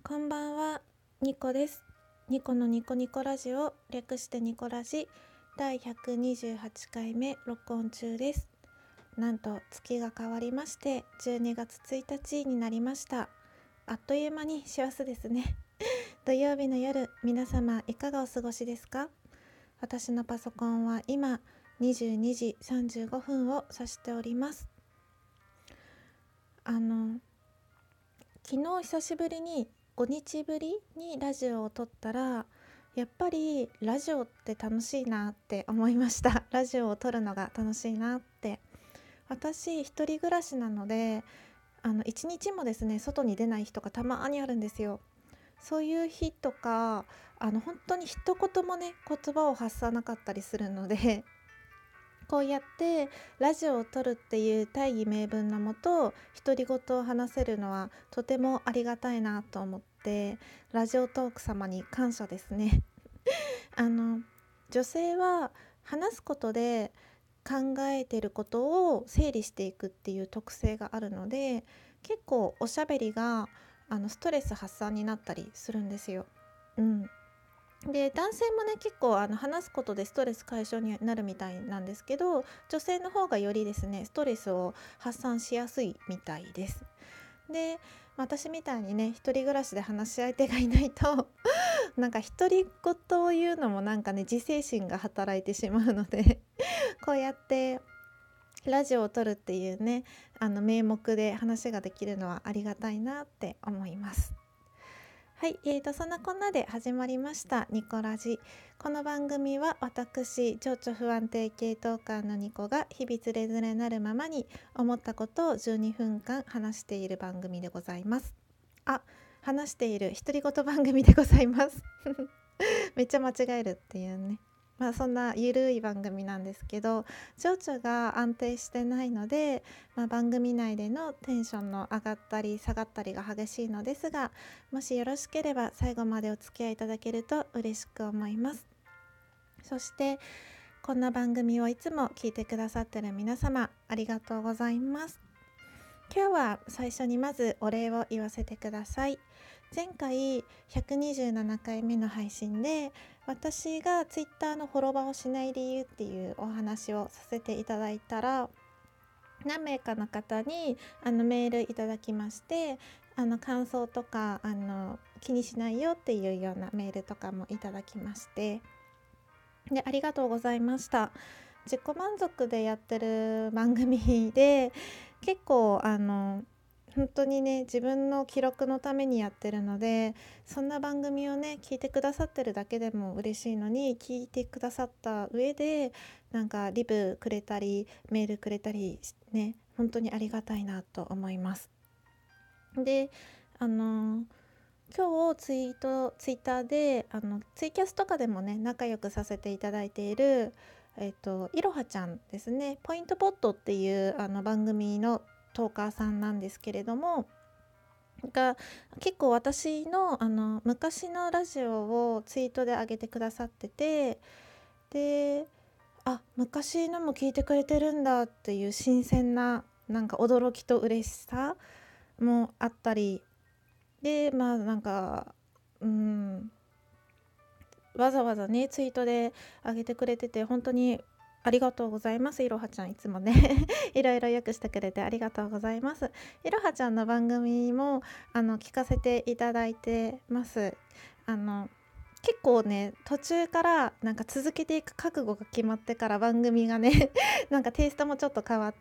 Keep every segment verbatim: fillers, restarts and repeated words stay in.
こんばんは、ニコです。ニコのニコニコラジオ、略してニコラジだいひゃくにじゅうはちかいめ録音中です。なんと月が変わりましてじゅうにがつついたちになりました。あっという間に師走ですね。土曜日の夜、皆様いかがお過ごしですか？私のパソコンは今にじゅうにじさんじゅうごふんを指しております。あの昨日久しぶりにごにちぶりにラジオを撮ったら、やっぱりラジオって楽しいなって思いました。ラジオを撮るのが楽しいなって。私一人暮らしなので、あの一日もですね外に出ない日とかたまにあるんですよ。そういう日とか、あの本当に一言もね言葉を発さなかったりするので、こうやってラジオを撮るっていう大義名分のもと独り言を話せるのはとてもありがたいなと思って、ラジオトーク様に感謝ですね。あの女性は話すことで考えていることを整理していくっていう特性があるので、結構おしゃべりがあのストレス発散になったりするんですよ。うんで男性もね結構あの話すことでストレス解消になるみたいなんですけど、女性の方がよりですねストレスを発散しやすいみたいです。で私みたいにね一人暮らしで話し相手がいないとなんか独り言を言うのもなんかね自制心が働いてしまうのでこうやってラジオを撮るっていうねあの名目で話ができるのはありがたいなって思います。はい、えーと、そんなこんなで始まりましたニコラジ。この番組は私情緒不安定系トーカーのニコが日々つれづれなるままに思ったことをじゅうにふんかん話している番組でございます。あ、話している独り言番組でございますめっちゃ間違えるっていうね。まあそんなゆるい番組なんですけど、情緒が安定してないので、まあ、番組内でのテンションの上がったり下がったりが激しいのですが、もしよろしければ最後までお付き合いいただけると嬉しく思います。そしてこんな番組をいつも聞いてくださっている皆様、ありがとうございます。今日は最初にまずお礼を言わせてください。前回ひゃくにじゅうななかいめの配信で、私がツイッターのフォロワーをしない理由っていうお話をさせていただいたら、何名かの方にあのメールいただきまして、あの感想とかあの気にしないよっていうようなメールとかもいただきまして、でありがとうございました。自己満足でやってる番組で、結構あの本当にね自分の記録のためにやってるので、そんな番組をね聞いてくださってるだけでも嬉しいのに、聞いてくださった上でなんかリプくれたりメールくれたりね、本当にありがたいなと思います。であの今日ツイートツイッターであのツイキャスとかでもね仲良くさせていただいているえっといろはちゃんですね。ポイントポットっていうあの番組のトーカーさんなんですけれども、が結構私のあの昔のラジオをツイートで上げてくださってて、であ昔のも聞いてくれてるんだっていう新鮮ななんか驚きと嬉しさもあったりで、まあなんかうんわざわざねツイートで上げてくれてて本当にありがとうございます。いろはちゃんいつもねいろいろよくしてくれてありがとうございます。いろはちゃんの番組もあの聞かせていただいてます。あの結構ね途中からなんか続けていく覚悟が決まってから番組がねなんかテイストもちょっと変わって、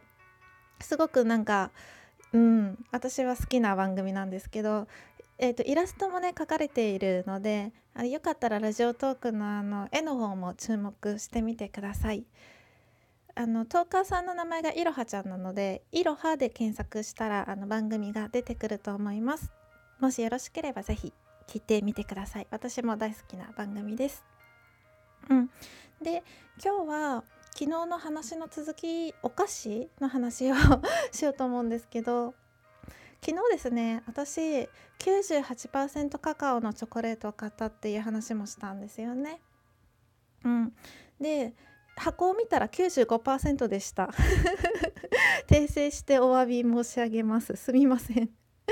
すごくなんかうん私は好きな番組なんですけど、えーと、イラストもね描かれているので、あよかったらラジオトークのあの絵の方も注目してみてください。あのトーカーさんの名前がいろはちゃんなので、いろはで検索したらあの番組が出てくると思います。もしよろしければぜひ聞いてみてください。私も大好きな番組です。うん、で今日は昨日の話の続き、お菓子の話をしようと思うんですけど、昨日ですね私きゅうじゅうはちパーセントカカオのチョコレートを買ったっていう話もしたんですよね。うん、で箱を見たら きゅうじゅうごパーセント でした訂正してお詫び申し上げます。すみません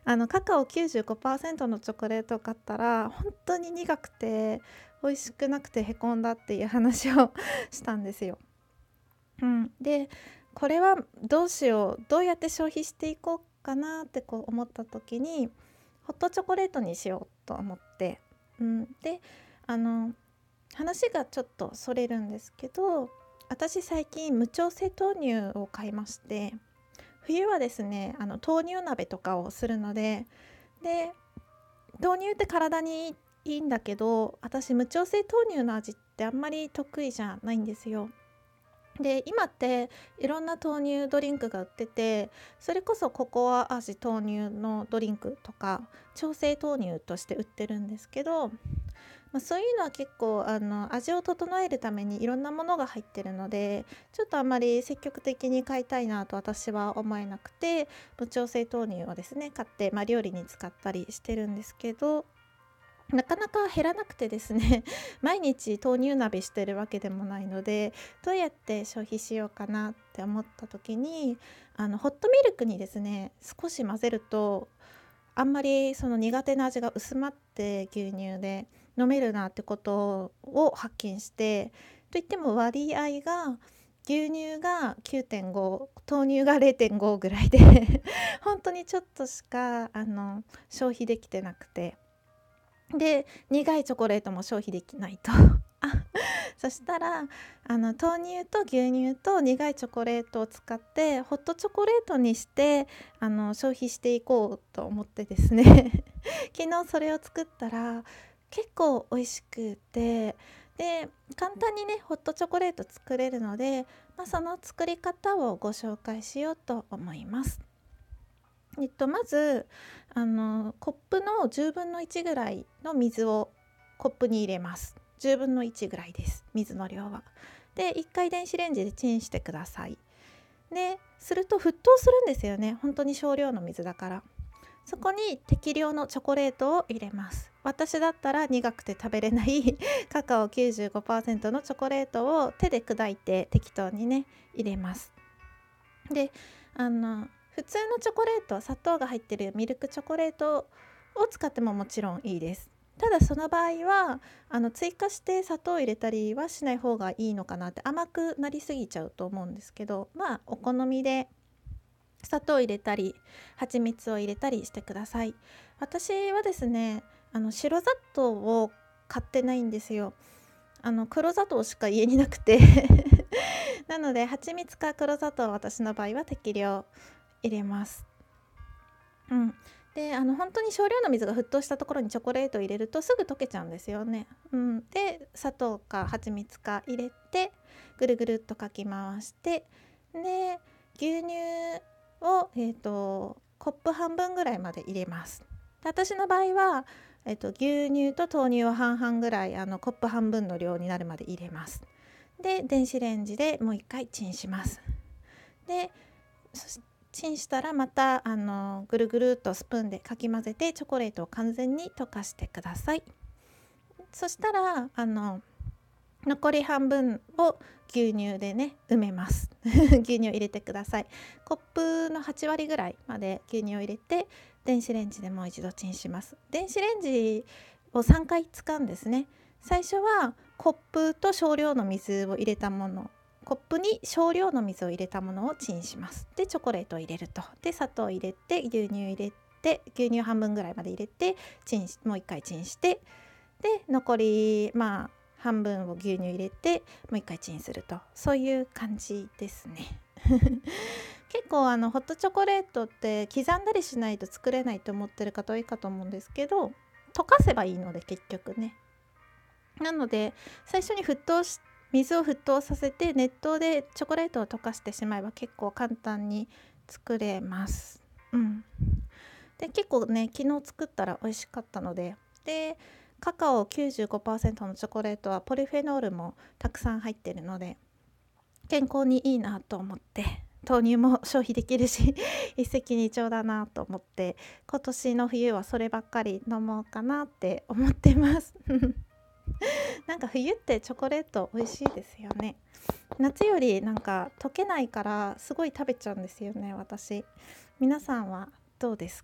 あのカカオきゅうじゅうごパーセントのチョコレートを買ったら本当に苦くて美味しくなくてへこんだっていう話をしたんですよ。うん、でこれはどうしよう、どうやって消費していこうかなってこう思った時にホットチョコレートにしようと思って、うん、であの話がちょっとそれるんですけど、私最近無調整豆乳を買いまして、冬はですねあの豆乳鍋とかをするので、で豆乳って体にいいんだけど、私無調整豆乳の味ってあんまり得意じゃないんですよ。で今っていろんな豆乳ドリンクが売ってて、それこそココア味豆乳のドリンクとか調整豆乳として売ってるんですけど、まあ、そういうのは結構あの味を整えるためにいろんなものが入ってるので、ちょっとあんまり積極的に買いたいなと私は思えなくて、無調整豆乳をですね買って、まあ、料理に使ったりしてるんですけど、なかなか減らなくてですね毎日豆乳鍋してるわけでもないので、どうやって消費しようかなって思った時に、あのホットミルクにですね少し混ぜるとあんまりその苦手な味が薄まって牛乳で飲めるなってことを発見して、といっても割合が牛乳がきゅうてんご、豆乳がれいてんごぐらいで本当にちょっとしかあの消費できてなくて、で苦いチョコレートも消費できないとあそしたらあの豆乳と牛乳と苦いチョコレートを使ってホットチョコレートにしてあの消費していこうと思ってですね昨日それを作ったら結構美味しくて、で簡単にねホットチョコレート作れるので、まあ、その作り方をご紹介しようと思います。えっと、まずあのコップのじゅうぶんのいちぐらいの水をコップに入れます。じゅうぶんのいちぐらいです、水の量は。でいっかい電子レンジでチンしてください。ですると沸騰するんですよね、本当に少量の水だから。そこに適量のチョコレートを入れます。私だったら苦くて食べれないカカオ きゅうじゅうごパーセント のチョコレートを手で砕いて適当にね入れます。であの普通のチョコレート、砂糖が入ってるミルクチョコレートを使ってももちろんいいです。ただその場合はあの追加して砂糖を入れたりはしない方がいいのかなって、甘くなりすぎちゃうと思うんですけど、まあお好みで砂糖を入れたり蜂蜜を入れたりしてください。私はですねあの白砂糖を買ってないんですよ。あの黒砂糖しか家になくてなので蜂蜜か黒砂糖は私の場合は適量入れます。うん、であの本当に少量の水が沸騰したところにチョコレートを入れるとすぐ溶けちゃうんですよね。うん、で砂糖か蜂蜜か入れてぐるぐるっとかき回して、で牛乳を、えーと、コップ半分ぐらいまで入れます。で私の場合は、えーと、牛乳と豆乳を半々ぐらいあのコップ半分の量になるまで入れます。で電子レンジでもう一回チンします。でそしチンしたらまたあのぐるぐるっとスプーンでかき混ぜてチョコレートを完全に溶かしてください。そしたらあの残り半分を牛乳でね埋めます牛乳入れてください。コップのはち割ぐらいまで牛乳を入れて電子レンジでもう一度チンします。電子レンジをさんかい使うんですね。最初はコップと少量の水を入れたもの、コップに少量の水を入れたものをチンします。でチョコレートを入れると、で砂糖を入れて牛乳入れて牛乳半分ぐらいまで入れてチンしもう一回チンして、で残りまあ半分を牛乳入れてもう一回チンすると、そういう感じですね結構あのホットチョコレートって刻んだりしないと作れないと思ってる方多いかと思うんですけど、溶かせばいいので結局ね。なので最初に沸騰し水を沸騰させて熱湯でチョコレートを溶かしてしまえば結構簡単に作れます。うん、で結構ね昨日作ったら美味しかったので、でカカオ きゅうじゅうごパーセント のチョコレートはポリフェノールもたくさん入ってるので健康にいいなと思って、豆乳も消費できるし一石二鳥だなと思って、今年の冬はそればっかり飲もうかなって思ってますなんか冬ってチョコレート美味しいですよね。夏よりなんか溶けないからすごい食べちゃうんですよね私。皆さんはどうですか？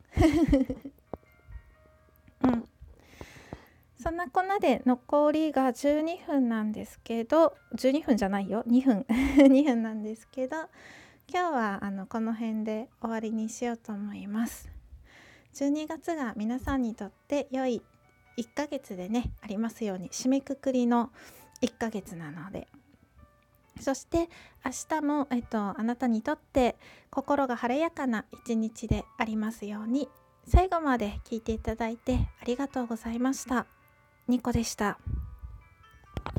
うん、そんなこんなで残りがじゅうにふんなんですけど、じゅうにふんじゃないよ、にふんにふんなんですけど、今日はあのこの辺で終わりにしようと思います。じゅうにがつが皆さんにとって良いいっかげつでねありますように、締めくくりのいっかげつなので、そして明日も、えっと、あなたにとって心が晴れやかな一日でありますように。最後まで聞いていただいてありがとうございました。ニコでした。